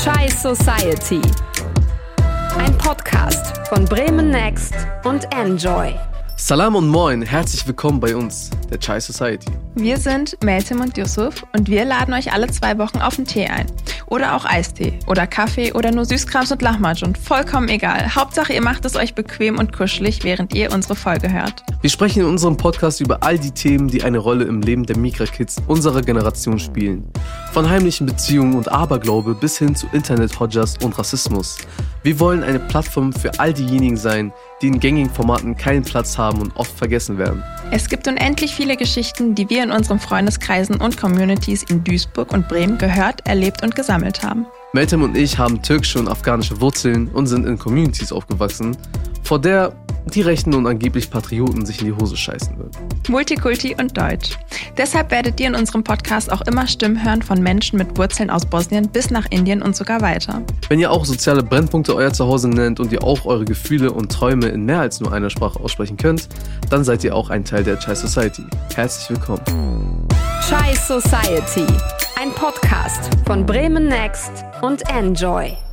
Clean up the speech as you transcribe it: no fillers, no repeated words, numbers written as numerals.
Chai Society. Ein Podcast von Bremen Next und Enjoy. Salam und Moin, herzlich willkommen bei uns, der Chai Society. Wir sind Meltem und Yusuf und wir laden euch alle 2 Wochen auf einen Tee ein. Oder auch Eistee oder Kaffee oder nur Süßkrams und Lahmacun. Vollkommen egal. Hauptsache, ihr macht es euch bequem und kuschelig, während ihr unsere Folge hört. Wir sprechen in unserem Podcast über all die Themen, die eine Rolle im Leben der Migra-Kids unserer Generation spielen. Von heimlichen Beziehungen und Aberglaube bis hin zu Internet-Hodjas und Rassismus. Wir wollen eine Plattform für all diejenigen sein, die in gängigen Formaten keinen Platz haben und oft vergessen werden. Es gibt unendlich viele Geschichten, die wir in unseren Freundeskreisen und Communities in Duisburg und Bremen gehört, erlebt und gesammelt haben. Meltem und ich haben türkische und afghanische Wurzeln und sind in Communities aufgewachsen, vor der die Rechten und angeblich Patrioten sich in die Hose scheißen würden. Multikulti und Deutsch. Deshalb werdet ihr in unserem Podcast auch immer Stimmen hören von Menschen mit Wurzeln aus Bosnien bis nach Indien und sogar weiter. Wenn ihr auch soziale Brennpunkte euer Zuhause nennt und ihr auch eure Gefühle und Träume in mehr als nur einer Sprache aussprechen könnt, dann seid ihr auch ein Teil der Chai Society. Herzlich willkommen. Chai Society. Ein Podcast von Bremen Next und Enjoy.